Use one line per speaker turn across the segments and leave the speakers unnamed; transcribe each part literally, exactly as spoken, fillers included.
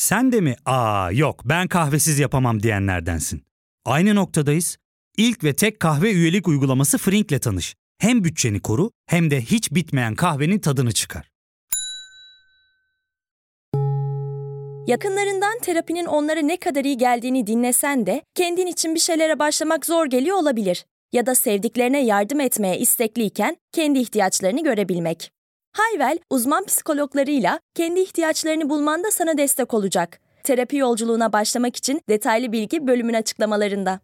Sen de mi "Aa yok ben kahvesiz yapamam" diyenlerdensin? Aynı noktadayız. İlk ve tek kahve üyelik uygulaması Frink'le tanış. Hem bütçeni koru hem de hiç bitmeyen kahvenin tadını çıkar.
Yakınlarından terapinin onlara ne kadar iyi geldiğini dinlesen de kendin için bir şeylere başlamak zor geliyor olabilir. Ya da sevdiklerine yardım etmeye istekliyken kendi ihtiyaçlarını görebilmek. Hayvel, uzman psikologlarıyla kendi ihtiyaçlarını bulmanda sana destek olacak. Terapi yolculuğuna başlamak için detaylı bilgi bölümün açıklamalarında.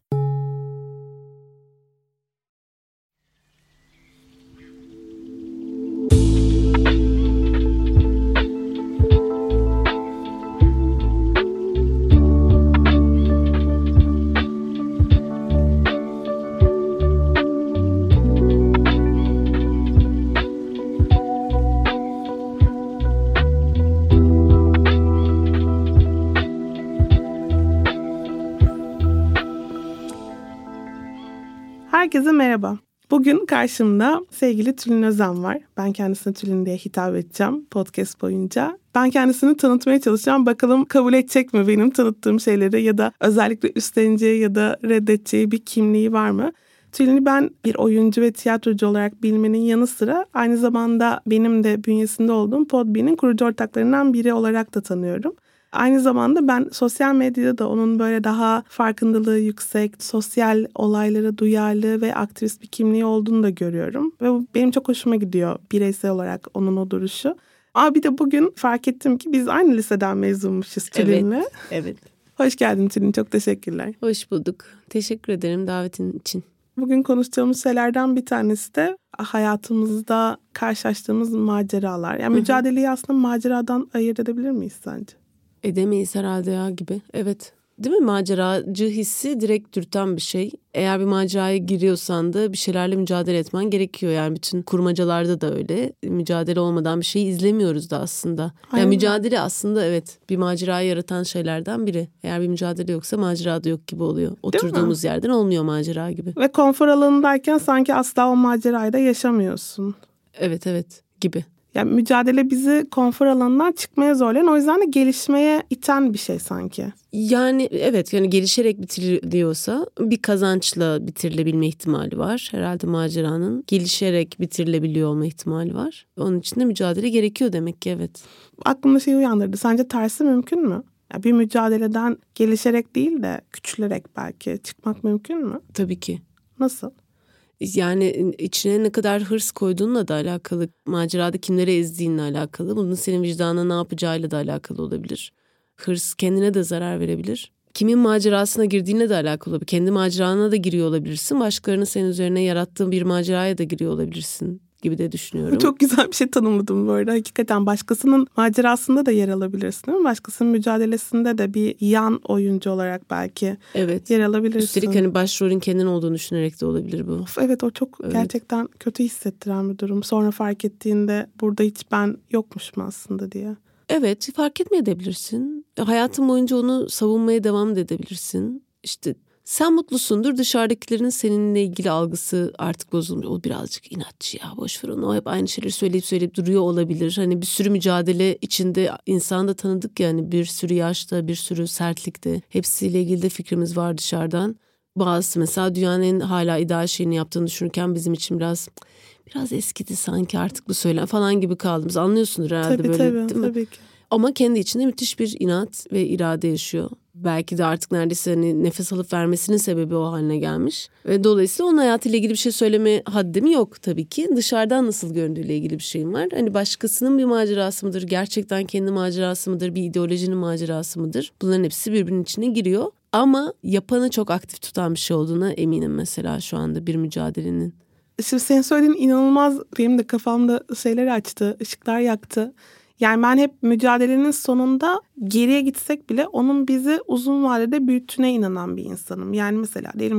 Herkese merhaba. Bugün karşımda sevgili Tülin Özen var. Ben kendisine Tülin diye hitap edeceğim podcast boyunca. Ben kendisini tanıtmaya çalışacağım. Bakalım kabul edecek mi benim tanıttığım şeyleri ya da özellikle üstleneceği ya da reddedeceği bir kimliği var mı? Tülin'i ben bir oyuncu ve tiyatrocu olarak bilmenin yanı sıra aynı zamanda benim de bünyesinde olduğum Podbean'in kurucu ortaklarından biri olarak da tanıyorum. Aynı zamanda ben sosyal medyada da onun böyle daha farkındalığı yüksek, sosyal olaylara duyarlı ve aktivist bir kimliği olduğunu da görüyorum. Ve bu benim çok hoşuma gidiyor bireysel olarak onun o duruşu. Ama bir de bugün fark ettim ki biz aynı liseden mezunmuşuz Tülin'le.
Evet, evet.
Hoş geldin Tülin, çok teşekkürler.
Hoş bulduk. Teşekkür ederim davetin için.
Bugün konuşacağımız şeylerden bir tanesi de hayatımızda karşılaştığımız maceralar. Yani
Hı-hı.
mücadeleyi aslında maceradan ayırt edebilir miyiz sence?
Edemeyiz herhalde ya gibi. Evet. Değil mi? Maceracı hissi direkt dürten bir şey. Eğer bir maceraya giriyorsan da bir şeylerle mücadele etmen gerekiyor. Yani bütün kurmacalarda da öyle. Mücadele olmadan bir şeyi izlemiyoruz da aslında. Yani mücadele aslında evet bir macerayı yaratan şeylerden biri. Eğer bir mücadele yoksa macera da yok gibi oluyor. Oturduğumuz yerden olmuyor macera gibi.
Ve konfor alanındayken sanki asla o macerayı da yaşamıyorsun.
Evet evet gibi.
Yani mücadele bizi konfor alanından çıkmaya zorlayan, o yüzden de gelişmeye iten bir şey sanki.
Yani evet, yani gelişerek bitiriliyorsa bir kazançla bitirilebilme ihtimali var. Herhalde maceranın gelişerek bitirilebiliyor olma ihtimali var. Onun için de mücadele gerekiyor demek ki, evet.
Aklımda şey uyandırdı. Sence tersi mümkün mü? Yani bir mücadeleden gelişerek değil de küçülerek belki çıkmak mümkün mü?
Tabii ki.
Nasıl?
Yani içine ne kadar hırs koyduğunla da alakalı, macerada kimlere ezdiğinle alakalı, bunun senin vicdanına ne yapacağıyla da alakalı olabilir. Hırs kendine de zarar verebilir. Kimin macerasına girdiğine de alakalı olabilir. Kendi macerana da giriyor olabilirsin. Başkalarının senin üzerine yarattığı bir maceraya da giriyor olabilirsin gibi de düşünüyorum.
Çok güzel bir şey tanımladım bu arada. Hakikaten başkasının macerasında da yer alabilirsin, değil mi? Başkasının mücadelesinde de bir yan oyuncu olarak belki
evet.
yer alabilirsin.
Üstelik hani başrolün kendin olduğunu düşünerek de olabilir bu.
Of, evet, o çok evet. Gerçekten kötü hissettiren bir durum. Sonra fark ettiğinde burada hiç ben yokmuşum aslında diye.
Evet, fark etmeyebilirsin. Hayatın boyunca onu savunmaya devam edebilirsin. İşte sen mutlusundur, dışarıdakilerin seninle ilgili algısı artık bozulmuş. O birazcık inatçı ya, boşver onu. O hep aynı şeyleri söyleyip söyleyip duruyor olabilir. Hani bir sürü mücadele içinde insan da tanıdık yani, bir sürü yaşta, bir sürü sertlikte. Hepsiyle ilgili de fikrimiz var dışarıdan. Bazısı mesela dünyanın en hala ideal şeyini yaptığını düşünürken bizim için biraz biraz eskidi sanki artık bu söylem falan gibi kaldığımız, anlıyorsundur herhalde.
Tabii,
böyle
tabii,
değil mi?
Tabii ki.
Ama kendi içinde müthiş bir inat ve irade yaşıyor. Belki de artık neredeyse hani nefes alıp vermesinin sebebi o haline gelmiş. Ve dolayısıyla onun hayatıyla ilgili bir şey söyleme haddim yok tabii ki. Dışarıdan nasıl göründüğüyle ilgili bir şeyim var. Hani başkasının bir macerası mıdır? Gerçekten kendi macerası mıdır? Bir ideolojinin macerası mıdır? Bunların hepsi birbirinin içine giriyor. Ama yapanı çok aktif tutan bir şey olduğuna eminim mesela şu anda bir mücadelenin.
Şimdi senin söylediğin inanılmaz, benim de kafamda şeyler açtı, ışıklar yaktı. Yani ben hep mücadelenin sonunda geriye gitsek bile onun bizi uzun vadede büyüttüğüne inanan bir insanım. Yani mesela diyelim ki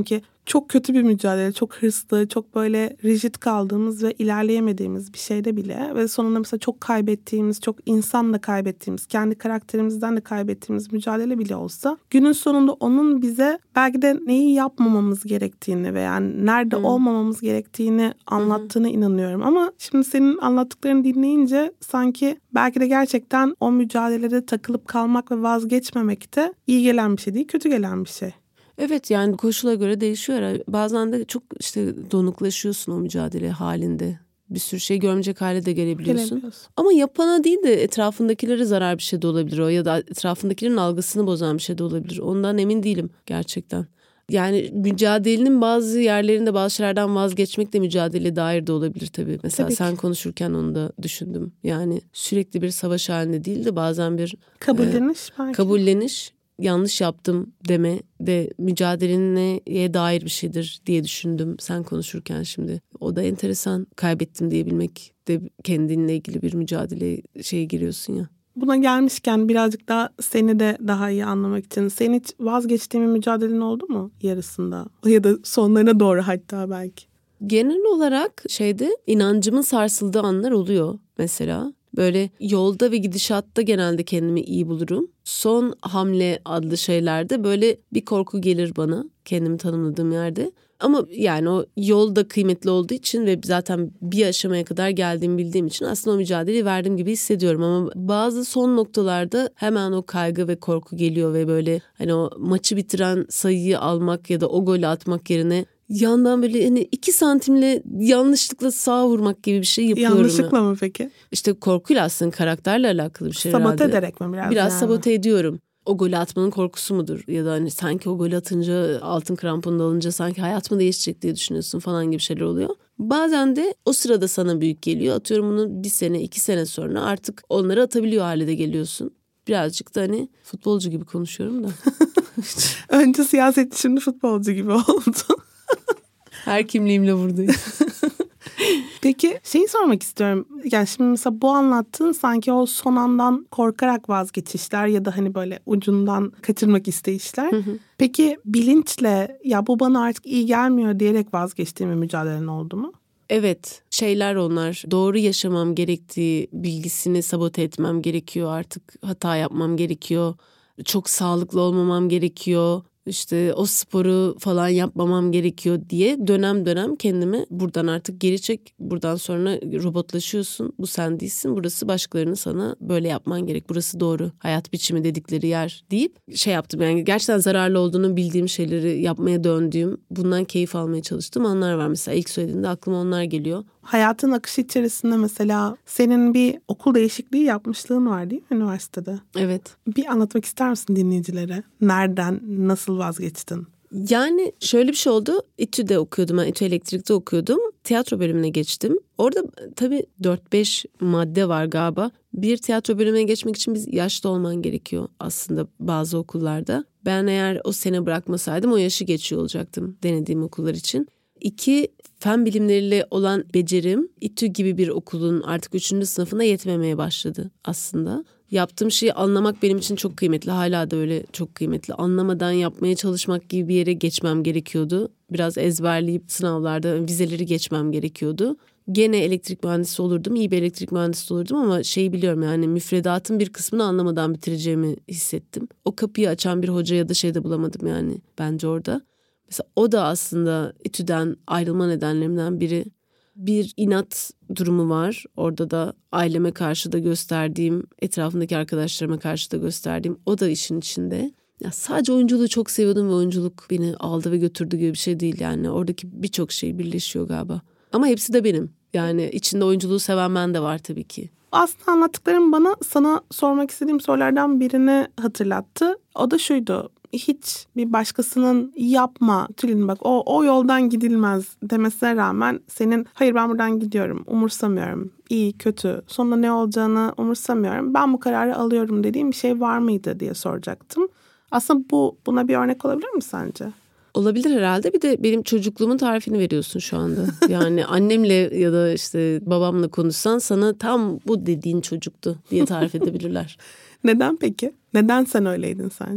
çok kötü bir mücadele, çok hırslı, çok böyle rigid kaldığımız ve ilerleyemediğimiz bir şeyde bile ve sonunda mesela çok kaybettiğimiz, çok insanla kaybettiğimiz, kendi karakterimizden de kaybettiğimiz mücadele bile olsa günün sonunda onun bize belki de neyi yapmamamız gerektiğini ve yani nerede hmm. olmamamız gerektiğini anlattığına hmm. inanıyorum. Ama şimdi senin anlattıklarını dinleyince sanki belki de gerçekten o mücadelede takılıp kalmak ve vazgeçmemek de iyi gelen bir şey değil, kötü gelen bir şey.
Evet, yani koşula göre değişiyor. Bazen de çok işte donuklaşıyorsun o mücadele halinde. Bir sürü şey görmeyecek hale de gelebiliyorsun. Ama yapana değil de etrafındakilere zarar bir şey de olabilir o. Ya da etrafındakilerin algısını bozan bir şey de olabilir. Ondan emin değilim gerçekten. Yani mücadelenin bazı yerlerinde bazı şeylerden vazgeçmek de mücadeleye dair de olabilir tabii. Mesela tabii sen konuşurken onu da düşündüm. Yani sürekli bir savaş halinde değil de bazen bir
kabulleniş.
E,
belki.
kabulleniş. Yanlış yaptım deme de mücadeleye dair bir şeydir diye düşündüm sen konuşurken şimdi. O da enteresan, kaybettim diyebilmek de kendinle ilgili bir mücadele şeye giriyorsun ya.
Buna gelmişken birazcık daha seni de daha iyi anlamak için senin hiç vazgeçtiğin bir mücadelen oldu mu yarısında ya da sonlarına doğru hatta belki?
Genel olarak şeyde inancımın sarsıldığı anlar oluyor mesela. Böyle yolda ve gidişatta genelde kendimi iyi bulurum. Son hamle adlı şeylerde böyle bir korku gelir bana kendimi tanımladığım yerde. Ama yani o yol da kıymetli olduğu için ve zaten bir aşamaya kadar geldiğimi bildiğim için aslında o mücadeleyi verdiğim gibi hissediyorum. Ama bazı son noktalarda hemen o kaygı ve korku geliyor ve böyle hani o maçı bitiren sayıyı almak ya da o golü atmak yerine yandan böyle hani iki santimle yanlışlıkla sağa vurmak gibi bir şey yapıyorum.
Yanlışlıkla
ya.
mı peki?
İşte korkuyla aslında karakterle alakalı bir şey
sabote
herhalde.
Sabote ederek mi biraz?
Biraz
yani?
sabote ediyorum. O golü atmanın korkusu mudur? Ya da hani sanki o golü atınca altın kramponu alınca sanki hayat mı değişecek diye düşünüyorsun falan gibi şeyler oluyor. Bazen de o sırada sana büyük geliyor. Atıyorum bunu bir sene iki sene sonra artık onları atabiliyor hale de geliyorsun. Birazcık da hani futbolcu gibi konuşuyorum da.
Önce siyasetçi şimdi futbolcu gibi oldu.
Her kimliğimle buradayım.
Peki şeyi sormak istiyorum. Yani şimdi mesela bu anlattığın sanki o son andan korkarak vazgeçişler ya da hani böyle ucundan kaçırmak isteyişler. Hı hı. Peki bilinçle ya bu bana artık iyi gelmiyor diyerek vazgeçtiğim bir mücadelen oldu mu?
Evet, şeyler onlar. Doğru yaşamam gerektiği bilgisini sabote etmem gerekiyor artık. Hata yapmam gerekiyor. Çok sağlıklı olmamam gerekiyor. İşte o sporu falan yapmamam gerekiyor diye dönem dönem kendimi buradan artık geri çek. Buradan sonra robotlaşıyorsun. Bu sen değilsin. Burası başkalarının sana böyle yapman gerek. Burası doğru. Hayat biçimi dedikleri yer deyip şey yaptım. Yani gerçekten zararlı olduğunu bildiğim şeyleri yapmaya döndüğüm, bundan keyif almaya çalıştığım anlar var. Mesela ilk söylediğinde aklıma onlar geliyor.
Hayatın akışı içerisinde mesela senin bir okul değişikliği yapmışlığın var değil mi üniversitede?
Evet.
Bir anlatmak ister misin dinleyicilere? Nereden, nasıl vazgeçtin?
Yani şöyle bir şey oldu. İTÜ'de okuyordum. Ben İTÜ Elektrik'te okuyordum. Tiyatro bölümüne geçtim. Orada tabii dört beş madde var galiba. Bir tiyatro bölümüne geçmek için biz yaşlı olman gerekiyor aslında bazı okullarda. Ben eğer o sene bırakmasaydım o yaşı geçiyor olacaktım denediğim okullar için. İki, fen bilimleriyle olan becerim İTÜ gibi bir okulun artık üçüncü sınıfına yetmemeye başladı aslında. Yaptığım şeyi anlamak benim için çok kıymetli. Hala da öyle çok kıymetli. Anlamadan yapmaya çalışmak gibi bir yere geçmem gerekiyordu. Biraz ezberleyip sınavlarda vizeleri geçmem gerekiyordu. Gene elektrik mühendisi olurdum. İyi bir elektrik mühendisi olurdum ama şeyi biliyorum yani müfredatın bir kısmını anlamadan bitireceğimi hissettim. O kapıyı açan bir hoca ya da şey de bulamadım yani bence orada. Mesela o da aslında İTÜ'den ayrılma nedenlerimden biri. Bir inat durumu var. Orada da aileme karşı da gösterdiğim, etrafımdaki arkadaşlarıma karşı da gösterdiğim o da işin içinde. Ya sadece oyunculuğu çok seviyordum ve oyunculuk beni aldı ve götürdü gibi bir şey değil yani. Oradaki birçok şey birleşiyor galiba. Ama hepsi de benim. Yani içinde oyunculuğu seven ben de var tabii ki.
Aslında anlattıklarım bana sana sormak istediğim sorulardan birini hatırlattı. O da şuydu. Hiç bir başkasının yapma Tülin bak o, o yoldan gidilmez demesine rağmen senin hayır ben buradan gidiyorum umursamıyorum iyi kötü sonunda ne olacağını umursamıyorum ben bu kararı alıyorum dediğim bir şey var mıydı diye soracaktım. Aslında bu buna bir örnek olabilir mi sence?
Olabilir herhalde. Bir de benim çocukluğumun tarifini veriyorsun şu anda. Yani annemle ya da işte babamla konuşsan sana tam bu dediğin çocuktu diye tarif edebilirler.
Neden peki? Neden sen öyleydin sence?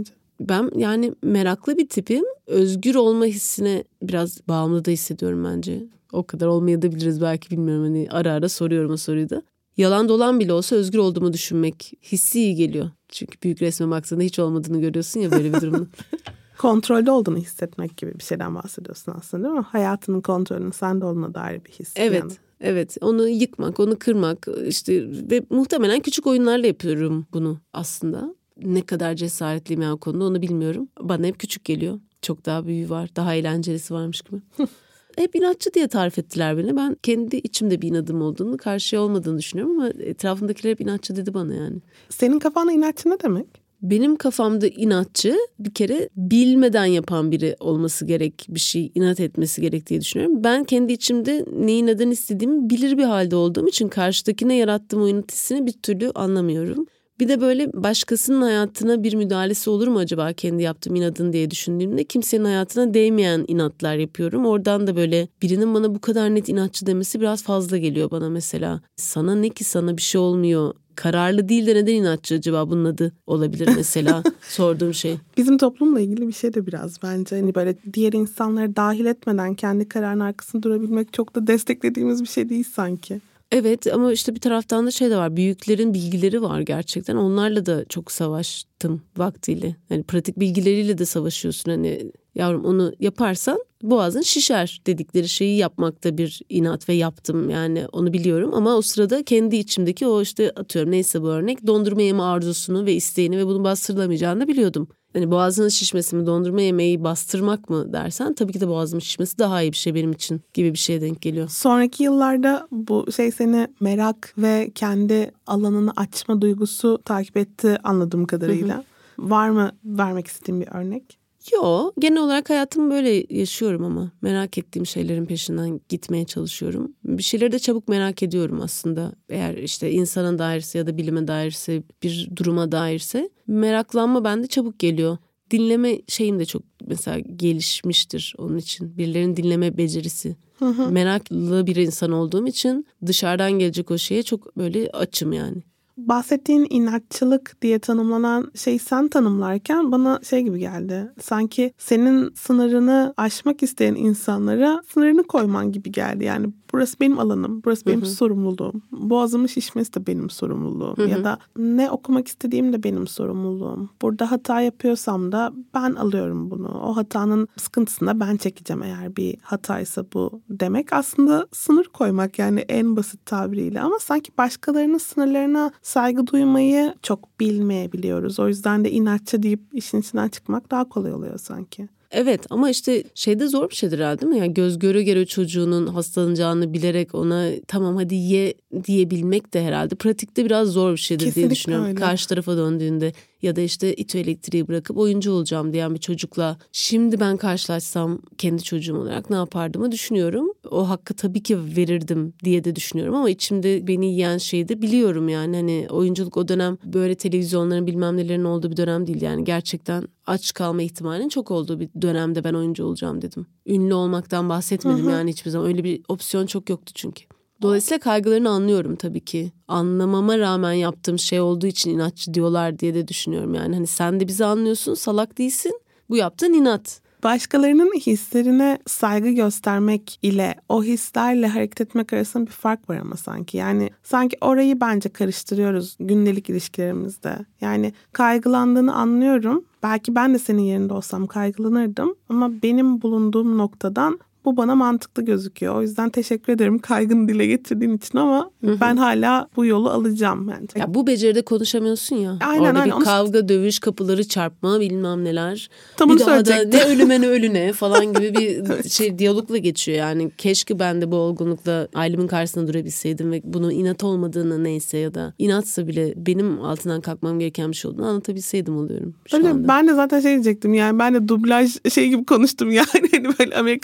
Ben yani meraklı bir tipim. Özgür olma hissine biraz bağımlı da hissediyorum bence. O kadar olmayabiliriz belki, bilmiyorum. Hani ara ara soruyorum o soruyu da. Yalan dolan bile olsa özgür olduğumu düşünmek hissi iyi geliyor. Çünkü büyük resme baktığında hiç olmadığını görüyorsun ya böyle bir durumda.
Kontrolde olduğunu hissetmek gibi bir şeyden bahsediyorsun aslında, değil mi? Hayatının kontrolünün sende olduğuna dair bir his.
Evet.
Yani.
Evet, onu yıkmak, onu kırmak işte ve muhtemelen küçük oyunlarla yapıyorum bunu aslında. Ne kadar cesaretliyim ya o konuda onu bilmiyorum. Bana hep küçük geliyor. Çok daha büyüğü var, daha eğlencelisi varmış gibi. Hep inatçı diye tarif ettiler beni. Ben kendi içimde bir inadım olduğunu, karşıya olmadığını düşünüyorum ama etrafımdakiler hep inatçı dedi bana yani.
Senin kafanda inatçı ne demek?
Benim kafamda inatçı bir kere bilmeden yapan biri olması gerek, bir şey inat etmesi gerek diye düşünüyorum. Ben kendi içimde neyi neden istediğimi bilir bir halde olduğum için karşıdakine yarattığım o inat hissini bir türlü anlamıyorum. Bir de böyle başkasının hayatına bir müdahalesi olur mu acaba kendi yaptığım inadın diye düşündüğümde kimsenin hayatına değmeyen inatlar yapıyorum. Oradan da böyle birinin bana bu kadar net inatçı demesi biraz fazla geliyor bana mesela. Sana ne ki, sana bir şey olmuyor. Kararlı değil de neden inatçı acaba, bunun adı olabilir mesela sorduğum şey.
Bizim toplumla ilgili bir şey de biraz bence hani böyle diğer insanları dahil etmeden kendi kararın arkasında durabilmek çok da desteklediğimiz bir şey değil sanki.
Evet ama işte bir taraftan da şey de var, büyüklerin bilgileri var gerçekten, onlarla da çok savaştım vaktiyle. Hani pratik bilgileriyle de savaşıyorsun, hani yavrum onu yaparsan boğazın şişer dedikleri şeyi yapmakta bir inat ve yaptım yani, onu biliyorum ama o sırada kendi içimdeki o işte atıyorum neyse bu örnek dondurma yeme arzusunu ve isteğini ve bunu bastırılamayacağını da biliyordum. Hani boğazının şişmesi mi, dondurma yemeği bastırmak mı dersen tabii ki de boğazımın şişmesi daha iyi bir şey benim için gibi bir şeye denk geliyor.
Sonraki yıllarda bu şey seni merak ve kendi alanını açma duygusu takip etti anladığım kadarıyla. Hı hı. Var mı vermek istediğin bir örnek?
Yo, genel olarak hayatımı böyle yaşıyorum ama merak ettiğim şeylerin peşinden gitmeye çalışıyorum. Bir şeyleri de çabuk merak ediyorum aslında. Eğer işte insana dairse ya da bilime dairse, bir duruma dairse meraklanma bende çabuk geliyor. Dinleme şeyim de çok mesela gelişmiştir onun için. Birilerinin dinleme becerisi. Hı hı. Meraklı bir insan olduğum için dışarıdan gelecek o şeye çok böyle açım yani.
Bahsettiğin inatçılık diye tanımlanan şeyi sen tanımlarken bana şey gibi geldi. Sanki senin sınırını aşmak isteyen insanlara sınırını koyman gibi geldi. Yani burası benim alanım, burası benim hı hı. sorumluluğum. Boğazımın şişmesi de benim sorumluluğum. Hı hı. Ya da ne okumak istediğim de benim sorumluluğum. Burada hata yapıyorsam da ben alıyorum bunu. O hatanın sıkıntısını da ben çekeceğim eğer bir hataysa bu demek. Aslında sınır koymak yani en basit tabiriyle. Ama sanki başkalarının sınırlarına saygı duymayı çok bilmeyebiliyoruz. O yüzden de inatçı deyip işin içinden çıkmak daha kolay oluyor sanki.
Evet ama işte şeyde zor bir şeydir herhalde değil mi? Yani göz göre göre çocuğunun hastalanacağını bilerek ona tamam hadi ye diyebilmek de herhalde pratikte biraz zor bir şeydir. Kesinlikle diye düşünüyorum. Öyle. Karşı tarafa döndüğünde ya da işte İTÜ Elektriği bırakıp oyuncu olacağım diyen bir çocukla şimdi ben karşılaşsam kendi çocuğum olarak ne yapardımı düşünüyorum. O hakkı tabii ki verirdim diye de düşünüyorum ama içimde beni yiyen şeyi de biliyorum yani. Hani oyunculuk o dönem böyle televizyonların bilmem nelerin olduğu bir dönem değil yani. Gerçekten aç kalma ihtimalinin çok olduğu bir dönemde ben oyuncu olacağım dedim. Ünlü olmaktan bahsetmedim, hı hı. Yani hiçbir zaman öyle bir opsiyon çok yoktu çünkü. Dolayısıyla kaygılarını anlıyorum tabii ki. Anlamama rağmen yaptığım şey olduğu için inatçı diyorlar diye de düşünüyorum. Yani hani sen de bizi anlıyorsun, salak değilsin. Bu yaptığın inat.
Başkalarının hislerine saygı göstermek ile o hislerle hareket etmek arasında bir fark var ama sanki. Yani sanki orayı bence karıştırıyoruz gündelik ilişkilerimizde. Yani kaygılandığını anlıyorum. Belki ben de senin yerinde olsam kaygılanırdım. Ama benim bulunduğum noktadan bu bana mantıklı gözüküyor. O yüzden teşekkür ederim kaygını dile getirdiğin için ama hı hı. ben hala bu yolu alacağım bence.
Ya bu beceride konuşamıyorsun ya.
Aynen,
Orada
aynen.
bir kavga, dövüş, kapıları çarpma bilmem neler.
Tam
bir daha da ne ölüme ne ölüne falan gibi bir şey diyalogla geçiyor. Yani keşke ben de bu olgunlukla ailemin karşısında durabilseydim ve bunun inat olmadığını neyse ya da inatsa bile benim altından kalkmam gereken bir şey olduğunu anlatabilseydim oluyorum şu
Öyle,
anda.
ben de zaten şey diyecektim yani ben de dublaj şey gibi konuştum yani. Hani böyle Amerikan filmlerinde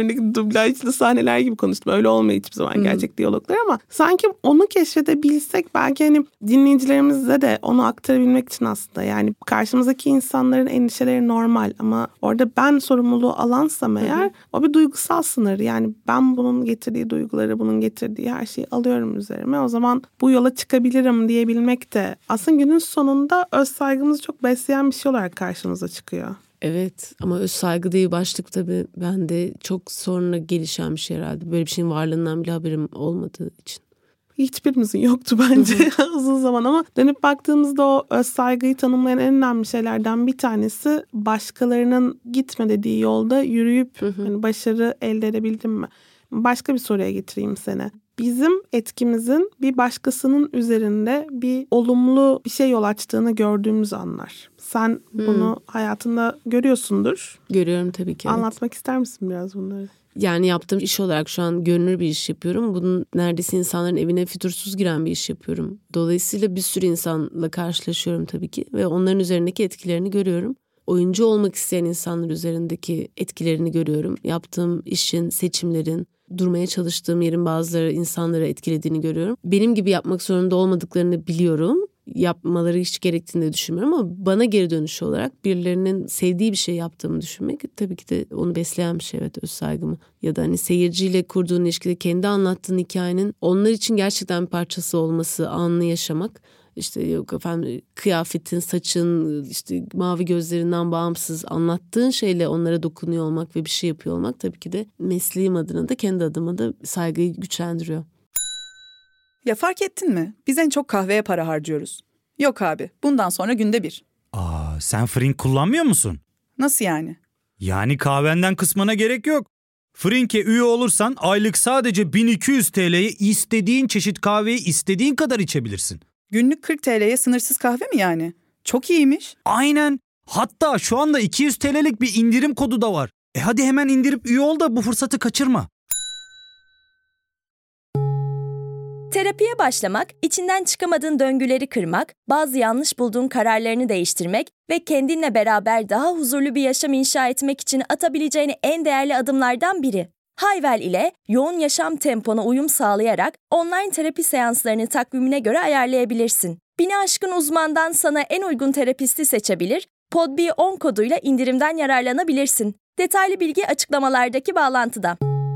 filmlerdeki dublajlı sahneler gibi konuştum. Öyle olmuyor hiçbir zaman hmm. gerçek diyaloglar ama sanki onu keşfedebilsek belki hani dinleyicilerimize de onu aktarabilmek için aslında. Yani karşımızdaki insanların endişeleri normal ama orada ben sorumluluğu alansam eğer hmm. o bir duygusal sınır. Yani ben bunun getirdiği duyguları, bunun getirdiği her şeyi alıyorum üzerime. O zaman bu yola çıkabilirim diyebilmek de aslında günün sonunda öz saygımızı çok besleyen bir şey olarak karşımıza çıkıyor.
Evet ama öz saygı diye başlık tabii bende çok sonra gelişen bir şey herhalde. Böyle bir şeyin varlığından bile haberim olmadığı için.
Hiçbirimizin yoktu bence uzun zaman ama dönüp baktığımızda o öz saygıyı tanımlayan en önemli şeylerden bir tanesi başkalarının gitme dediği yolda yürüyüp hani başarı elde edebildim mi? Başka bir soruya getireyim seni. Bizim etkimizin bir başkasının üzerinde bir olumlu bir şey yol açtığını gördüğümüz anlar. Sen hmm. bunu hayatında görüyorsundur.
Görüyorum tabii ki. Evet.
Anlatmak ister misin biraz bunları?
Yani yaptığım iş olarak şu an görünür bir iş yapıyorum. Bunun neredeyse insanların evine fütursuz giren bir iş yapıyorum. Dolayısıyla bir sürü insanla karşılaşıyorum tabii ki ve onların üzerindeki etkilerini görüyorum. Oyuncu olmak isteyen insanlar üzerindeki etkilerini görüyorum. Yaptığım işin, seçimlerin, durmaya çalıştığım yerin bazıları insanları etkilediğini görüyorum. Benim gibi yapmak zorunda olmadıklarını biliyorum. Yapmaları hiç gerektiğini de düşünmüyorum ama bana geri dönüşü olarak birilerinin sevdiği bir şey yaptığımı düşünmek tabii ki de onu besleyen bir şey, evet, öz saygımı. Ya da hani seyirciyle kurduğun ilişkide kendi anlattığın hikayenin onlar için gerçekten bir parçası olması, anını yaşamak. İşte yok efendim kıyafetin, saçın, işte mavi gözlerinden bağımsız anlattığın şeyle onlara dokunuyor olmak ve bir şey yapıyor olmak tabii ki de mesleğim adına da kendi adıma da saygıyı güçlendiriyor.
Ya fark ettin mi? Biz en çok kahveye para harcıyoruz. Yok abi, bundan sonra günde bir.
Aa, sen Frink kullanmıyor musun?
Nasıl yani?
Yani kahvenden kısmına gerek yok. Frink'e üye olursan aylık sadece bin iki yüz T L'ye istediğin çeşit kahveyi istediğin kadar içebilirsin.
Günlük kırk T L'ye sınırsız kahve mi yani? Çok iyiymiş.
Aynen. Hatta şu anda iki yüz T L'lik bir indirim kodu da var. E hadi hemen indirip üye ol da bu fırsatı kaçırma.
Terapiye başlamak, içinden çıkamadığın döngüleri kırmak, bazı yanlış bulduğun kararlarını değiştirmek ve kendinle beraber daha huzurlu bir yaşam inşa etmek için atabileceğin en değerli adımlardan biri. Hayvel ile yoğun yaşam tempona uyum sağlayarak online terapi seanslarını takvimine göre ayarlayabilirsin. Bini aşkın uzmandan sana en uygun terapisti seçebilir, Podbi on koduyla indirimden yararlanabilirsin. Detaylı bilgi açıklamalardaki bağlantıda.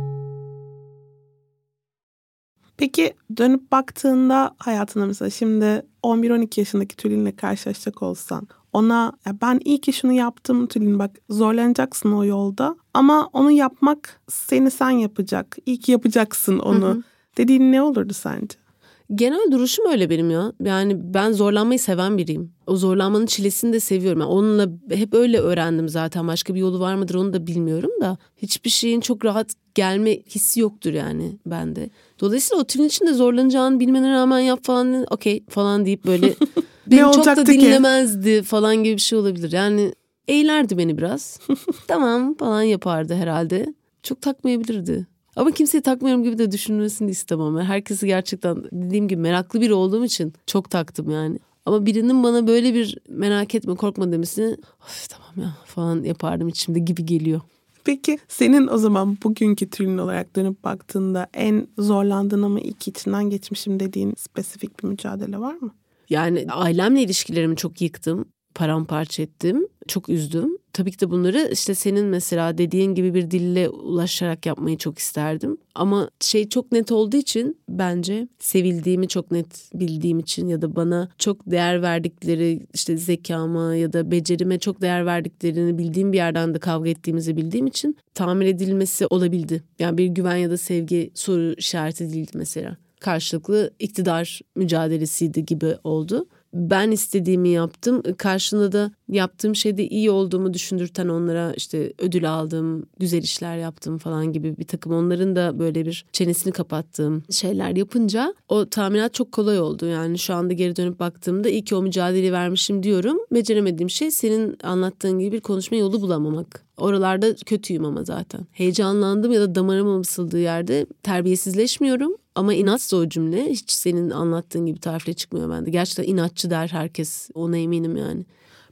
Peki dönüp baktığında hayatına mesela şimdi on bir on iki yaşındaki Tülin'le karşılaşacak olsan ona ya ben iyi ki şunu yaptım Tülin, bak zorlanacaksın o yolda ama onu yapmak seni sen yapacak. İyi ki yapacaksın onu. Hı hı. Dediğin ne olurdu sence?
Genel duruşum öyle benim ya. Yani ben zorlanmayı seven biriyim. O zorlanmanın çilesini de seviyorum. Yani onunla hep öyle öğrendim zaten. Başka bir yolu var mıdır onu da bilmiyorum da. Hiçbir şeyin çok rahat gelme hissi yoktur yani bende. Dolayısıyla o Tülin için de zorlanacağını bilmene rağmen yap falan, okey falan deyip böyle beni çok da dinlemezdi ki? Falan gibi bir şey olabilir. Yani eğlerdi beni biraz. Tamam falan yapardı herhalde. Çok takmayabilirdi. Ama kimseyi takmıyorum gibi de düşünmesini istemem. Herkesi gerçekten dediğim gibi meraklı biri olduğum için çok taktım yani. Ama birinin bana böyle bir merak etme, korkma demesini of, tamam ya falan yapardım içimde gibi geliyor.
Peki senin o zaman bugünkü Tülin olarak dönüp baktığında en zorlandığın ama ilk içinden geçmişim dediğin spesifik bir mücadele var mı?
Yani ailemle ilişkilerimi çok yıktım, paramparça ettim, çok üzdüm. Tabii ki de bunları işte senin mesela dediğin gibi bir dille ulaşarak yapmayı çok isterdim. Ama şey çok net olduğu için bence sevildiğimi çok net bildiğim için ya da bana çok değer verdikleri işte zekama ya da becerime çok değer verdiklerini bildiğim bir yerden de kavga ettiğimizi bildiğim için tamir edilmesi olabildi. Yani bir güven ya da sevgi soru işareti değildi mesela. Karşılıklı iktidar mücadelesiydi gibi oldu. Ben istediğimi yaptım. Karşında da yaptığım şeyde iyi olduğumu düşündürten onlara işte ödül aldım, güzel işler yaptım falan gibi bir takım onların da böyle bir çenesini kapattığım şeyler yapınca o tamirat çok kolay oldu. Yani şu anda geri dönüp baktığımda iyi ki o mücadeleyi vermişim diyorum. Beceremediğim şey senin anlattığın gibi bir konuşma yolu bulamamak. Oralarda kötüyüm ama zaten. Heyecanlandım ya da damarıma ısıldığı yerde terbiyesizleşmiyorum. Ama inatsa o cümle hiç senin anlattığın gibi tarifle çıkmıyor bende. Gerçekten inatçı der herkes, ona eminim yani.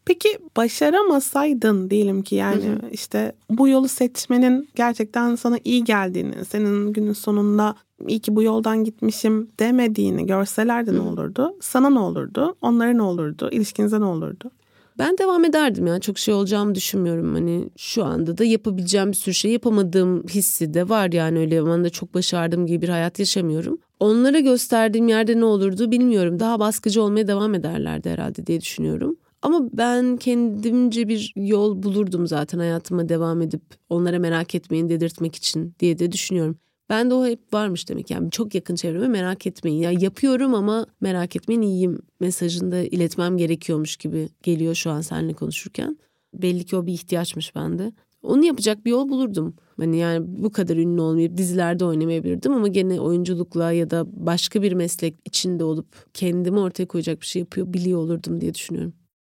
Peki başaramasaydın diyelim ki yani hı hı. işte bu yolu seçmenin gerçekten sana iyi geldiğini, senin günün sonunda iyi ki bu yoldan gitmişim demediğini görselerdi hı. ne olurdu? Sana ne olurdu? Onlara ne olurdu? İlişkinize ne olurdu?
Ben devam ederdim ya. Çok şey olacağımı düşünmüyorum. Hani şu anda da yapabileceğim bir sürü şey yapamadığım hissi de var yani, öyle ben de çok başardığım gibi bir hayat yaşamıyorum. Onlara gösterdiğim yerde ne olurdu bilmiyorum. Daha baskıcı olmaya devam ederlerdi herhalde diye düşünüyorum. Ama ben kendimce bir yol bulurdum zaten hayatıma devam edip onlara merak etmeyin dedirtmek için diye de düşünüyorum. Ben de o hep varmış demek yani, çok yakın çevreme merak etmeyin. Ya yapıyorum ama merak etmeyin, iyiyim mesajını da iletmem gerekiyormuş gibi geliyor şu an seninle konuşurken. Belli ki o bir ihtiyaçmış bende. Onu yapacak bir yol bulurdum. Hani yani bu kadar ünlü olmayıp dizilerde oynamayabilirdim ama gene oyunculukla ya da başka bir meslek içinde olup kendimi ortaya koyacak bir şey yapıyor biliyor olurdum diye düşünüyorum.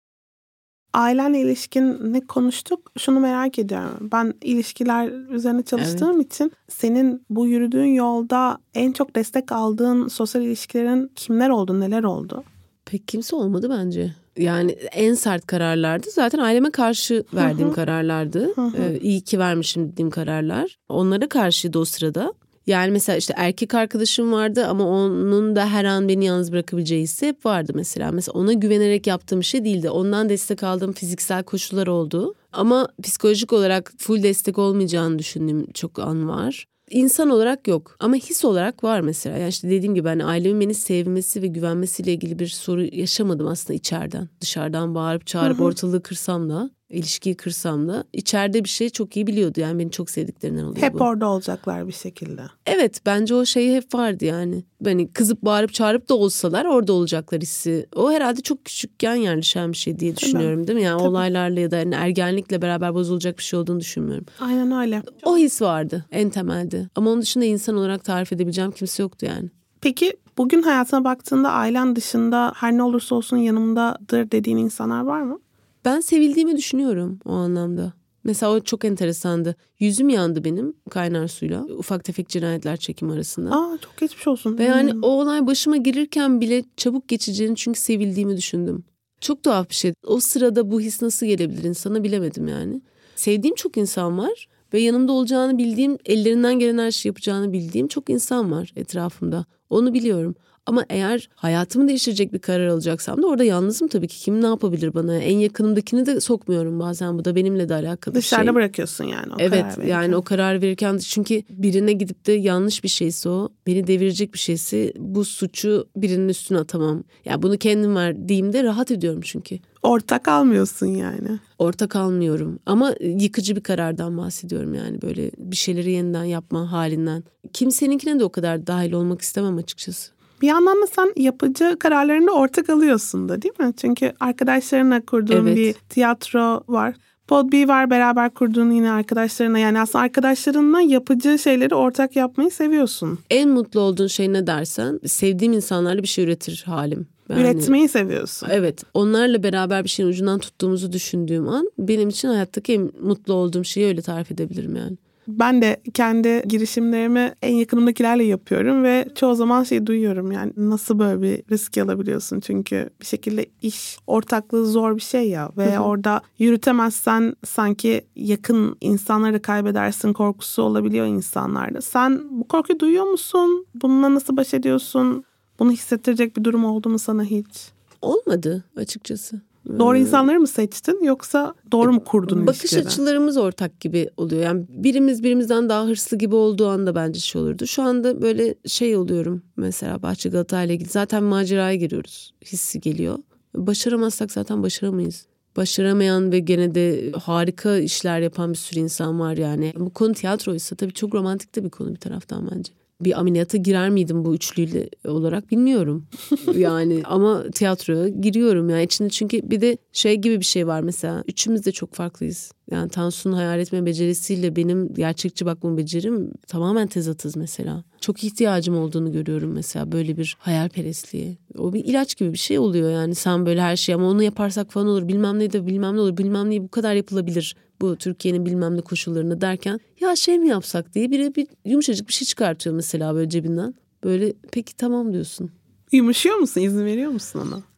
Ailenle ilişkinle konuştuk. Şunu merak ediyorum. Ben ilişkiler üzerine çalıştığım evet. için senin bu yürüdüğün yolda en çok destek aldığın sosyal ilişkilerin kimler oldu, neler oldu?
Pek kimse olmadı bence. Yani en sert kararlardı. Zaten aileme karşı verdiğim Hı-hı. kararlardı. Hı-hı. Ee, iyi ki vermişim dediğim kararlar. Onlara karşıydı o sırada. Yani mesela işte erkek arkadaşım vardı ama onun da her an beni yalnız bırakabileceği hissi hep vardı mesela. Mesela ona güvenerek yaptığım şey değildi. Ondan destek aldığım fiziksel koşullar oldu. Ama psikolojik olarak full destek olmayacağını düşündüğüm çok an var. İnsan olarak yok ama his olarak var mesela. Yani işte dediğim gibi hani ailemin beni sevmesi ve güvenmesiyle ilgili bir soru yaşamadım aslında içeriden. Dışarıdan bağırıp çağırıp Hı-hı. ortalığı kırsam da, ilişkiyi kırsam da içeride bir şey çok iyi biliyordu. Yani beni çok sevdiklerinden oluyor
hep
bu.
Hep orada olacaklar bir şekilde.
Evet, bence o şey hep vardı yani. Hani kızıp bağırıp çağırıp da olsalar orada olacaklar hissi. O herhalde çok küçükken yerleşen bir şey diye düşünüyorum Tabii. değil mi? Yani Tabii. olaylarla ya da yani ergenlikle beraber bozulacak bir şey olduğunu düşünmüyorum.
Aynen öyle.
O his vardı en temelde. Ama onun dışında insan olarak tarif edebileceğim kimse yoktu yani.
Peki bugün hayatına baktığında ailen dışında her ne olursa olsun yanımdadır dediğin insanlar var mı?
Ben sevildiğimi düşünüyorum o anlamda. Mesela o çok enteresandı. Yüzüm yandı benim kaynar suyla. Ufak tefek cinayetler çekimi arasında.
Aa, çok geçmiş olsun.
Ve yani hmm. o olay başıma gelirken bile çabuk geçeceğini çünkü sevildiğimi düşündüm. Çok tuhaf bir şey. O sırada bu his nasıl gelebilir insana bilemedim yani. Sevdiğim çok insan var. Ve yanımda olacağını bildiğim, ellerinden gelen her şeyi yapacağını bildiğim çok insan var etrafımda. Onu biliyorum. Ama eğer hayatımı değiştirecek bir karar alacaksam da orada yalnızım tabii ki. Kim ne yapabilir bana? En yakınımdakini de sokmuyorum bazen. Bu da benimle de alakalı bir şey.
Dışarıda bırakıyorsun yani o
evet,
karar verirken.
Yani o karar verirken çünkü birine gidip de yanlış bir şeyse o, beni devirecek bir şeyse bu suçu birinin üstüne atamam. Yani bunu kendim verdiğimde rahat ediyorum çünkü.
Ortak almıyorsun yani.
Ortak almıyorum ama yıkıcı bir karardan bahsediyorum yani böyle bir şeyleri yeniden yapma halinden. Kimseninkine de o kadar dahil olmak istemem açıkçası.
Bir yandan da sen yapıcı kararlarında ortak alıyorsun da değil mi? Çünkü arkadaşlarına kurduğun evet. bir tiyatro var. Podbi var, beraber kurduğun yine arkadaşlarına. Yani aslında arkadaşlarınla yapıcı şeyleri ortak yapmayı seviyorsun.
En mutlu olduğun şey ne dersen sevdiğim insanlarla bir şey üretir halim. Yani,
üretmeyi seviyorsun.
Evet. Onlarla beraber bir şeyin ucundan tuttuğumuzu düşündüğüm an benim için hayattaki en mutlu olduğum şeyi öyle tarif edebilirim yani.
Ben de kendi girişimlerimi en yakınımdakilerle yapıyorum ve çoğu zaman şey duyuyorum yani nasıl böyle bir risk alabiliyorsun çünkü bir şekilde iş ortaklığı zor bir şey ya ve hı hı. orada yürütemezsen sanki yakın insanları kaybedersin korkusu olabiliyor insanlarda. Sen bu korkuyu duyuyor musun? Bununla nasıl baş ediyorsun? Bunu hissettirecek bir durum oldu mu sana hiç?
Olmadı açıkçası.
Doğru insanları mı seçtin yoksa doğru mu kurdun
Bakış
ilişkileri?
Bakış açılarımız ortak gibi oluyor. Yani birimiz birimizden daha hırslı gibi olduğu anda bence şey olurdu. Şu anda böyle şey oluyorum mesela Bahçe Galata ile ilgili. Zaten maceraya giriyoruz. Hissi geliyor. Başaramazsak zaten başaramayız. Başaramayan ve gene de harika işler yapan bir sürü insan var yani. Bu konu tiyatroysa tabii çok romantik de bir konu bir taraftan bence. Bir ameliyata girer miydim bu üçlüyle olarak bilmiyorum. Yani ama tiyatroya giriyorum yani içinde çünkü bir de şey gibi bir şey var mesela. Üçümüz de çok farklıyız. Yani Tansu'nun hayal etme becerisiyle benim gerçekçi bakma becerim tamamen tezatız mesela. Çok ihtiyacım olduğunu görüyorum mesela böyle bir hayalperestliğe. O bir ilaç gibi bir şey oluyor yani sen böyle her şey ama onu yaparsak falan olur bilmem ne de bilmem ne olur bilmem ne bu kadar yapılabilir. Bu Türkiye'nin bilmem ne koşullarını derken ya şey mi yapsak diye biri bir yumuşacık bir şey çıkartıyor mesela böyle cebinden. Böyle peki tamam diyorsun.
Yumuşuyor musun? İzin veriyor musun ona?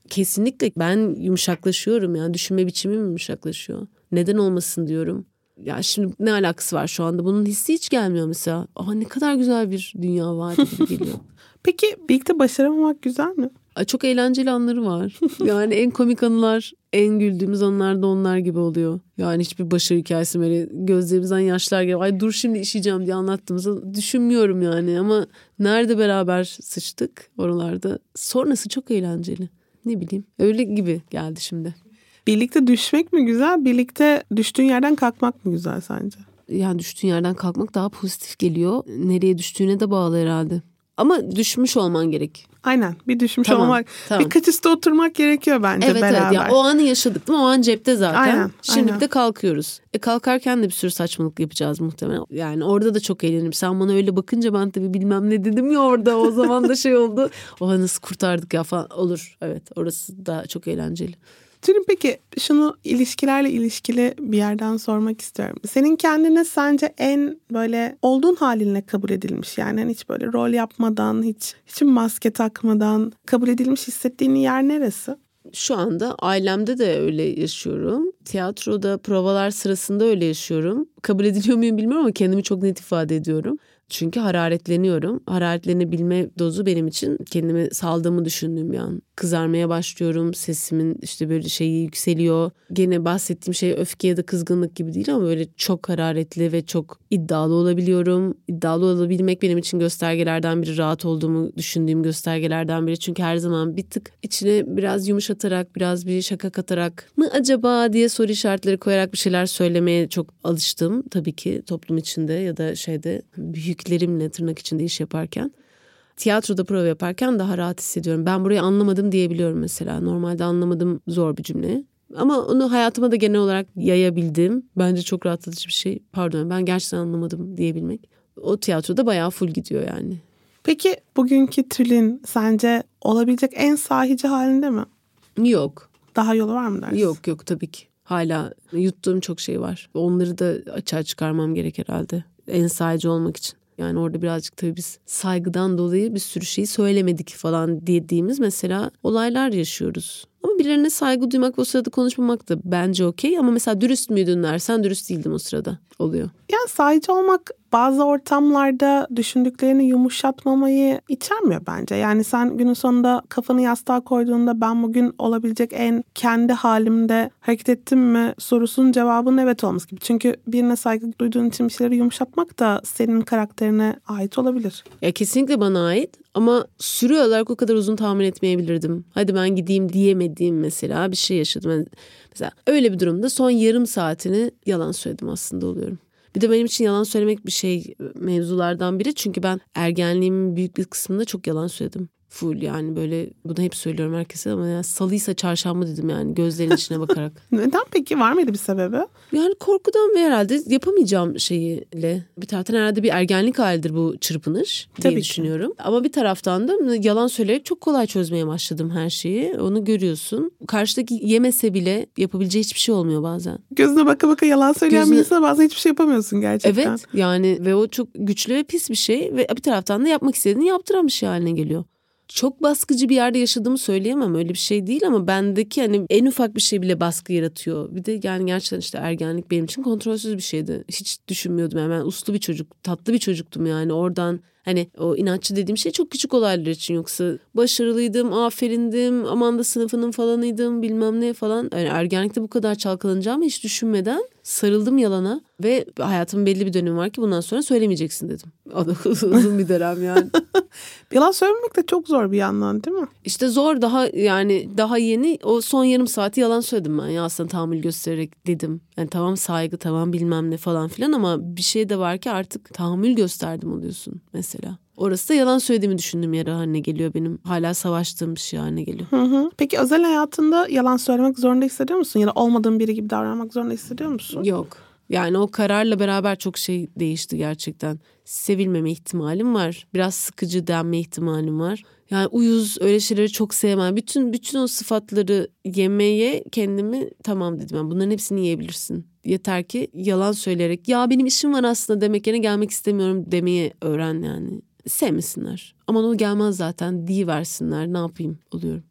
Kesinlikle ben yumuşaklaşıyorum yani düşünme biçimim yumuşaklaşıyor. Neden olmasın diyorum. Ya şimdi ne alakası var şu anda? Bunun hissi hiç gelmiyor mesela. Aa ne kadar güzel bir dünya var gibi geliyor.
Peki birlikte başaramamak güzel mi?
Ay, çok eğlenceli anları var. Yani en komik anılar, en güldüğümüz anlar da onlar gibi oluyor. Yani hiçbir başarı hikayesi böyle gözlerimizden yaşlar geliyor. Ay dur şimdi işeyeceğim diye anlattığımızı düşünmüyorum yani. Ama nerede beraber sıçtık oralarda. Sonrası çok eğlenceli. Ne bileyim öyle gibi geldi şimdi.
Birlikte düşmek mi güzel, birlikte düştüğün yerden kalkmak mı güzel sence?
Yani düştüğün yerden kalkmak daha pozitif geliyor. Nereye düştüğüne de bağlı herhalde. Ama düşmüş olman gerek.
Aynen bir düşmüş
Tamam,
olmak,
tamam.
birkaç üstte oturmak gerekiyor bence
evet,
beraber.
Evet yani o anı yaşadık değil mi? O an cepte zaten.
Aynen,
Şimdi
aynen.
de kalkıyoruz. E kalkarken de bir sürü saçmalık yapacağız muhtemelen. Yani orada da çok eğlenirim. Sen bana öyle bakınca ben tabii bilmem ne dedim ya orada. O zaman da şey oldu. Oha nasıl kurtardık ya falan olur. Evet orası da çok eğlenceli.
Tülin peki şunu ilişkilerle ilişkili bir yerden sormak istiyorum. Senin kendine sence en böyle olduğun halinle kabul edilmiş yani hani hiç böyle rol yapmadan, hiç hiç maske takmadan kabul edilmiş hissettiğin yer neresi?
Şu anda ailemde de öyle yaşıyorum. Tiyatroda provalar sırasında öyle yaşıyorum. Kabul ediliyor muyum bilmiyorum ama kendimi çok net ifade ediyorum. Çünkü hararetleniyorum. Hararetlenebilme dozu benim için kendimi saldığımı düşündüğüm bir an. Kızarmaya başlıyorum. Sesimin işte böyle şeyi yükseliyor. Gene bahsettiğim şey öfke ya da kızgınlık gibi değil ama böyle çok hararetli ve çok iddialı olabiliyorum. İddialı olabilmek benim için göstergelerden biri. Rahat olduğumu düşündüğüm göstergelerden biri. Çünkü her zaman bir tık içine biraz yumuşatarak, biraz bir şaka katarak mı acaba diye soru işaretleri koyarak bir şeyler söylemeye çok alıştım. Tabii ki toplum içinde ya da şeyde büyüklerimle tırnak içinde iş yaparken. Tiyatroda prova yaparken daha rahat hissediyorum. Ben burayı anlamadım diyebiliyorum mesela. Normalde anlamadım zor bir cümle. Ama onu hayatıma da genel olarak yayabildim. Bence çok rahatlatıcı bir şey. Pardon ben gerçekten anlamadım diyebilmek. O tiyatroda bayağı full gidiyor yani.
Peki bugünkü Tülin sence olabilecek en sahici halinde mi?
Yok.
Daha yolu var mı dersin?
Yok yok tabii ki. Hala yuttuğum çok şey var. Onları da açığa çıkarmam gerek herhalde. En sahici olmak için. Yani orada birazcık tabii biz saygıdan dolayı bir sürü şeyi söylemedik falan dediğimiz mesela olaylar yaşıyoruz. Ama birilerine saygı duymak ve o sırada konuşmamak da bence okey. Ama mesela dürüst müydün dersen dürüst değildim o sırada. Oluyor.
Yani sahici olmak bazı ortamlarda düşündüklerini yumuşatmamayı içermiyor bence. Yani sen günün sonunda kafanı yastığa koyduğunda ben bugün olabilecek en kendi halimde hareket ettim mi sorusunun cevabının evet olması gibi. Çünkü birine saygı duyduğun için bir şeyleri yumuşatmak da senin karakterine ait olabilir.
Ya kesinlikle bana ait ama süre olarak o kadar uzun tahmin etmeyebilirdim. Hadi ben gideyim diyemediğim mesela bir şey yaşadım. Yani mesela öyle bir durumda son yarım saatini yalan söyledim aslında oluyorum. Bir de benim için yalan söylemek bir şey mevzulardan biri. Çünkü ben ergenliğimin büyük bir kısmında çok yalan söyledim. Full yani böyle bunu hep söylüyorum herkese ama yani salıysa çarşamba dedim yani gözlerin içine bakarak.
Neden peki? Var mıydı bir sebebi?
Yani korkudan ve herhalde yapamayacağım şeyiyle. Bir taraftan herhalde bir ergenlik halidir bu çırpınış diye
Tabii
düşünüyorum. Ki. Ama bir taraftan da yalan söyleyerek çok kolay çözmeye başladım her şeyi. Onu görüyorsun. Karşıdaki yemese bile yapabileceği hiçbir şey olmuyor bazen.
Gözüne baka baka yalan söyleyen
Gözüne...
bir insana bazen hiçbir şey yapamıyorsun gerçekten.
Evet yani ve o çok güçlü ve pis bir şey. Ve bir taraftan da yapmak istediğini yaptıran bir şey haline geliyor. Çok baskıcı bir yerde yaşadığımı söyleyemem öyle bir şey değil ama bendeki hani en ufak bir şey bile baskı yaratıyor. Bir de yani gerçekten işte ergenlik benim için kontrolsüz bir şeydi. Hiç düşünmüyordum yani ben uslu bir çocuk, tatlı bir çocuktum yani oradan hani o inatçı dediğim şey çok küçük olaylar için yoksa başarılıydım, aferindim, aman da sınıfının falanıydım bilmem ne falan. Yani ergenlikte bu kadar çalkalanacağımı hiç düşünmeden sarıldım yalana ve hayatımın belli bir dönemi var ki bundan sonra söylemeyeceksin dedim. O da uzun bir dönem yani.
Yalan söylemek de çok zor bir yandan değil mi?
İşte zor daha yani daha yeni o son yarım saati yalan söyledim ben ya aslında tahammül göstererek dedim. Yani tamam saygı tamam bilmem ne falan filan ama bir şey de var ki artık tahammül gösterdim oluyorsun mesela. Orası da yalan söylediğimi düşündüğüm yer haline geliyor benim. Hala savaştığım bir şey haline geliyor.
Hı hı. Peki özel hayatında yalan söylemek zorunda hissediyor musun? Ya da olmadığın biri gibi davranmak zorunda hissediyor musun?
Yok. Yani o kararla beraber çok şey değişti gerçekten. Sevilmeme ihtimalim var. Biraz sıkıcı denme ihtimalim var. Yani uyuz öyle şeyleri çok sevmem. Bütün bütün o sıfatları yemeye kendimi tamam dedim. Yani bunların hepsini yiyebilirsin. Yeter ki yalan söyleyerek ya benim işim var aslında demek yerine gelmek istemiyorum demeye öğren yani. Sevmesinler. Aman o gelmez zaten diyiversinler ne yapayım oluyorum.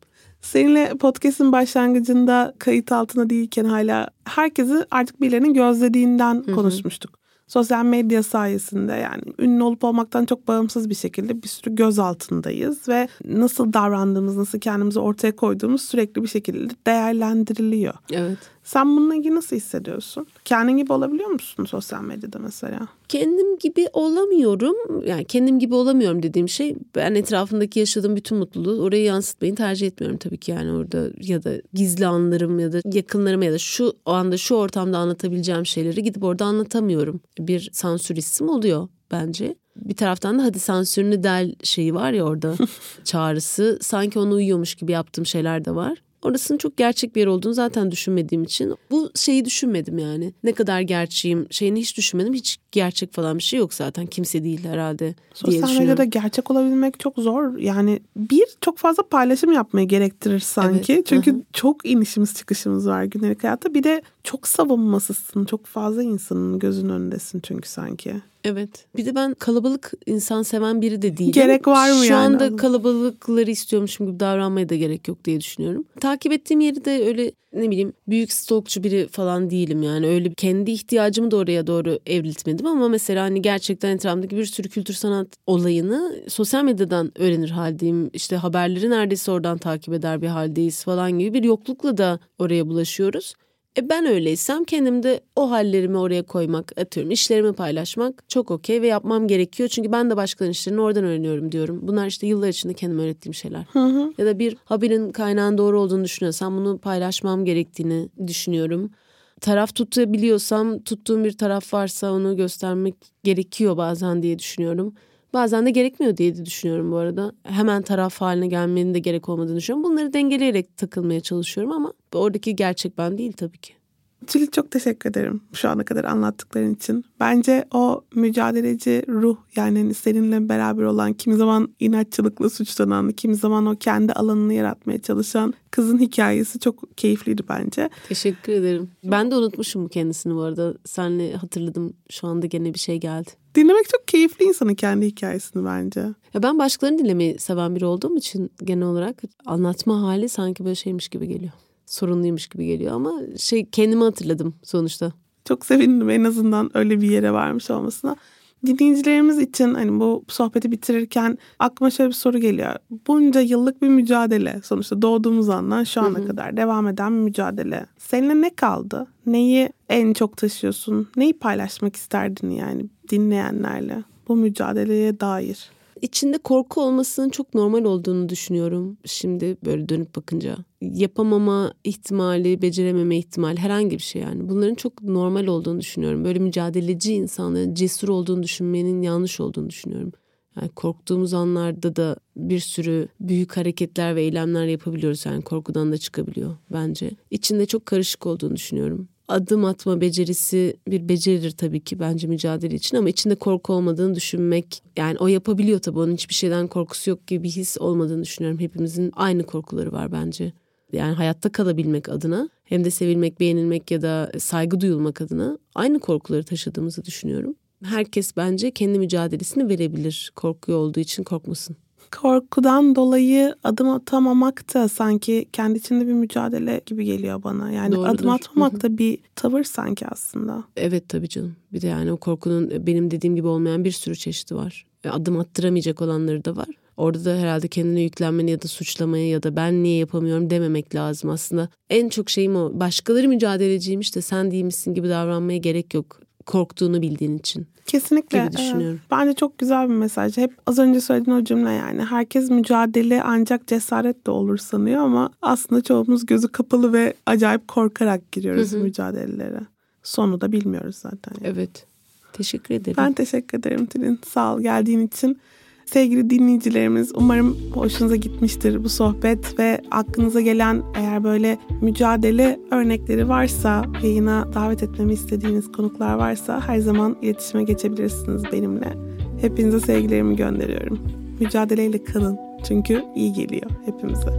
Seninle podcast'ın başlangıcında kayıt altına değilken hala herkesi artık birilerinin gözlediğinden Hı-hı. konuşmuştuk. Sosyal medya sayesinde yani ünlü olup olmaktan çok bağımsız bir şekilde bir sürü göz altındayız ve nasıl davrandığımız, nasıl kendimizi ortaya koyduğumuz sürekli bir şekilde değerlendiriliyor.
Evet.
Sen bununla ilgili nasıl hissediyorsun? Kendin gibi olabiliyor musun sosyal medyada mesela?
Kendim gibi olamıyorum. Yani kendim gibi olamıyorum dediğim şey, ben etrafındaki yaşadığım bütün mutluluğu oraya yansıtmayı tercih etmiyorum tabii ki. Yani orada ya da gizli anlarım ya da yakınlarıma ya da şu o anda şu ortamda anlatabileceğim şeyleri gidip orada anlatamıyorum. Bir sansür hissim oluyor bence. Bir taraftan da hadi sansürünü del şeyi var ya orada çağrısı, sanki ona uyuyormuş gibi yaptığım şeyler de var. Orasının çok gerçek bir yer olduğunu zaten düşünmediğim için bu şeyi düşünmedim yani. Ne kadar gerçeğim şeyini hiç düşünmedim. Hiç gerçek falan bir şey yok zaten. Kimse değil herhalde diye
Sosyal medyada gerçek olabilmek çok zor. Yani bir, çok fazla paylaşım yapmayı gerektirir sanki. Evet. Çünkü Hı-hı. çok inişimiz çıkışımız var günlük hayatta. Bir de çok savunmasızsın. Çok fazla insanın gözünün önündesin çünkü sanki.
Evet. Bir de ben kalabalık insan seven biri de değilim.
Gerek var mı
Şu
yani?
Şu anda kalabalıkları istiyormuşum gibi davranmaya da gerek yok diye düşünüyorum. Takip ettiğim yeri de öyle ne bileyim büyük stalkçu biri falan değilim yani. Öyle kendi ihtiyacımı da oraya doğru evriltmedim ama mesela hani gerçekten etrafımdaki bir sürü kültür sanat olayını sosyal medyadan öğrenir haldeyim. İşte haberleri neredeyse oradan takip eder bir haldeyiz falan gibi bir yoklukla da oraya bulaşıyoruz. E ben öyleysem kendim de o hallerimi oraya koymak, atıyorum işlerimi paylaşmak çok okey ve yapmam gerekiyor. Çünkü ben de başkalarının işlerini oradan öğreniyorum diyorum. Bunlar işte yıllar içinde kendime öğrettiğim şeyler.
Hı hı.
Ya da bir haberin kaynağın doğru olduğunu düşünüyorsam bunu paylaşmam gerektiğini düşünüyorum. Taraf tutabiliyorsam, tuttuğum bir taraf varsa onu göstermek gerekiyor bazen diye düşünüyorum. Bazen de gerekmiyor diye de düşünüyorum bu arada. Hemen taraf haline gelmenin de gerek olmadığını düşünüyorum. Bunları dengeleyerek takılmaya çalışıyorum ama oradaki gerçek ben değil tabii ki.
Tülin, çok teşekkür ederim şu ana kadar anlattıkların için. Bence o mücadeleci ruh, yani seninle beraber olan, kimi zaman inatçılıkla suçlanan, kimi zaman o kendi alanını yaratmaya çalışan kızın hikayesi çok keyifliydi bence.
Teşekkür ederim. Ben de unutmuşum bu kendisini bu arada. Senle hatırladım. Şu anda gene bir şey geldi.
Dinlemek çok keyifli insanın kendi hikayesini bence.
Ya ben başkalarını dinlemeyi seven biri olduğum için genel olarak anlatma hali sanki böyle şeymiş gibi geliyor. Sorunluymuş gibi geliyor ama şey kendimi hatırladım sonuçta.
Çok sevindim en azından öyle bir yere varmış olmasına. Dinleyicilerimiz için hani bu sohbeti bitirirken aklıma şöyle bir soru geliyor. Bunca yıllık bir mücadele, sonuçta doğduğumuz andan şu ana hı hı. kadar devam eden bir mücadele. Seninle ne kaldı? Neyi en çok taşıyorsun? Neyi paylaşmak isterdin yani dinleyenlerle bu mücadeleye dair?
İçinde korku olmasının çok normal olduğunu düşünüyorum şimdi böyle dönüp bakınca. Yapamama ihtimali, becerememe ihtimali, herhangi bir şey yani. Bunların çok normal olduğunu düşünüyorum. Böyle mücadeleci insanların cesur olduğunu düşünmenin yanlış olduğunu düşünüyorum. Yani korktuğumuz anlarda da bir sürü büyük hareketler ve eylemler yapabiliyoruz. Yani korkudan da çıkabiliyor bence. İçinde çok karışık olduğunu düşünüyorum. Adım atma becerisi bir beceridir tabii ki bence mücadele için ama içinde korku olmadığını düşünmek, yani o yapabiliyor tabii, onun hiçbir şeyden korkusu yok gibi bir his olmadığını düşünüyorum. Hepimizin aynı korkuları var bence. Yani hayatta kalabilmek adına hem de sevilmek, beğenilmek ya da saygı duyulmak adına aynı korkuları taşıdığımızı düşünüyorum. Herkes bence kendi mücadelesini verebilir. Korku olduğu için korkmasın.
Korkudan dolayı adım atamamak da sanki kendi içinde bir mücadele gibi geliyor bana. Yani Doğrudur. Adım atmamak da bir tavır sanki aslında.
Evet tabii canım. Bir de yani o korkunun benim dediğim gibi olmayan bir sürü çeşidi var. Adım attıramayacak olanları da var. Orada da herhalde kendine yüklenmeni ya da suçlamaya ya da ben niye yapamıyorum dememek lazım aslında. En çok şeyim o. Başkaları mücadeleciymiş de sen değil misin gibi davranmaya gerek yok. Korktuğunu bildiğin için.
Kesinlikle.
Gibi düşünüyorum.
Evet. Bence çok güzel bir mesaj. Hep az önce söylediğin o cümle yani. Herkes mücadele ancak cesaretle olur sanıyor ama aslında çoğumuz gözü kapalı ve acayip korkarak giriyoruz hı hı. mücadelelere. Sonu da bilmiyoruz zaten. Yani.
Evet. Teşekkür ederim.
Ben teşekkür ederim Tülin. Sağ ol geldiğin için. Sevgili dinleyicilerimiz, umarım hoşunuza gitmiştir bu sohbet ve aklınıza gelen eğer böyle mücadele örnekleri varsa, yayına davet etmemi istediğiniz konuklar varsa her zaman iletişime geçebilirsiniz benimle. Hepinize sevgilerimi gönderiyorum. Mücadeleyle kalın çünkü iyi geliyor hepimize.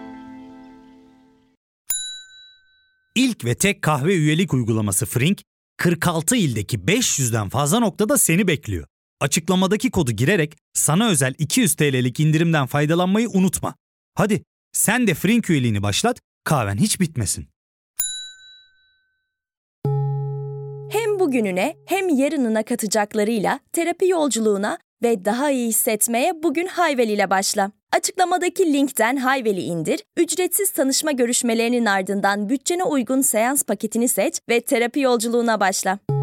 İlk ve tek kahve üyelik uygulaması Frink, kırk altı ildeki beş yüzden fazla noktada seni bekliyor. Açıklamadaki kodu girerek sana özel iki yüz TL'lik indirimden faydalanmayı unutma. Hadi sen de Frink üyeliğini başlat, kahven hiç bitmesin.
Hem bugününe hem yarınına katacaklarıyla terapi yolculuğuna ve daha iyi hissetmeye bugün Hayvel ile başla. Açıklamadaki linkten Hayvel'i indir, ücretsiz tanışma görüşmelerinin ardından bütçene uygun seans paketini seç ve terapi yolculuğuna başla.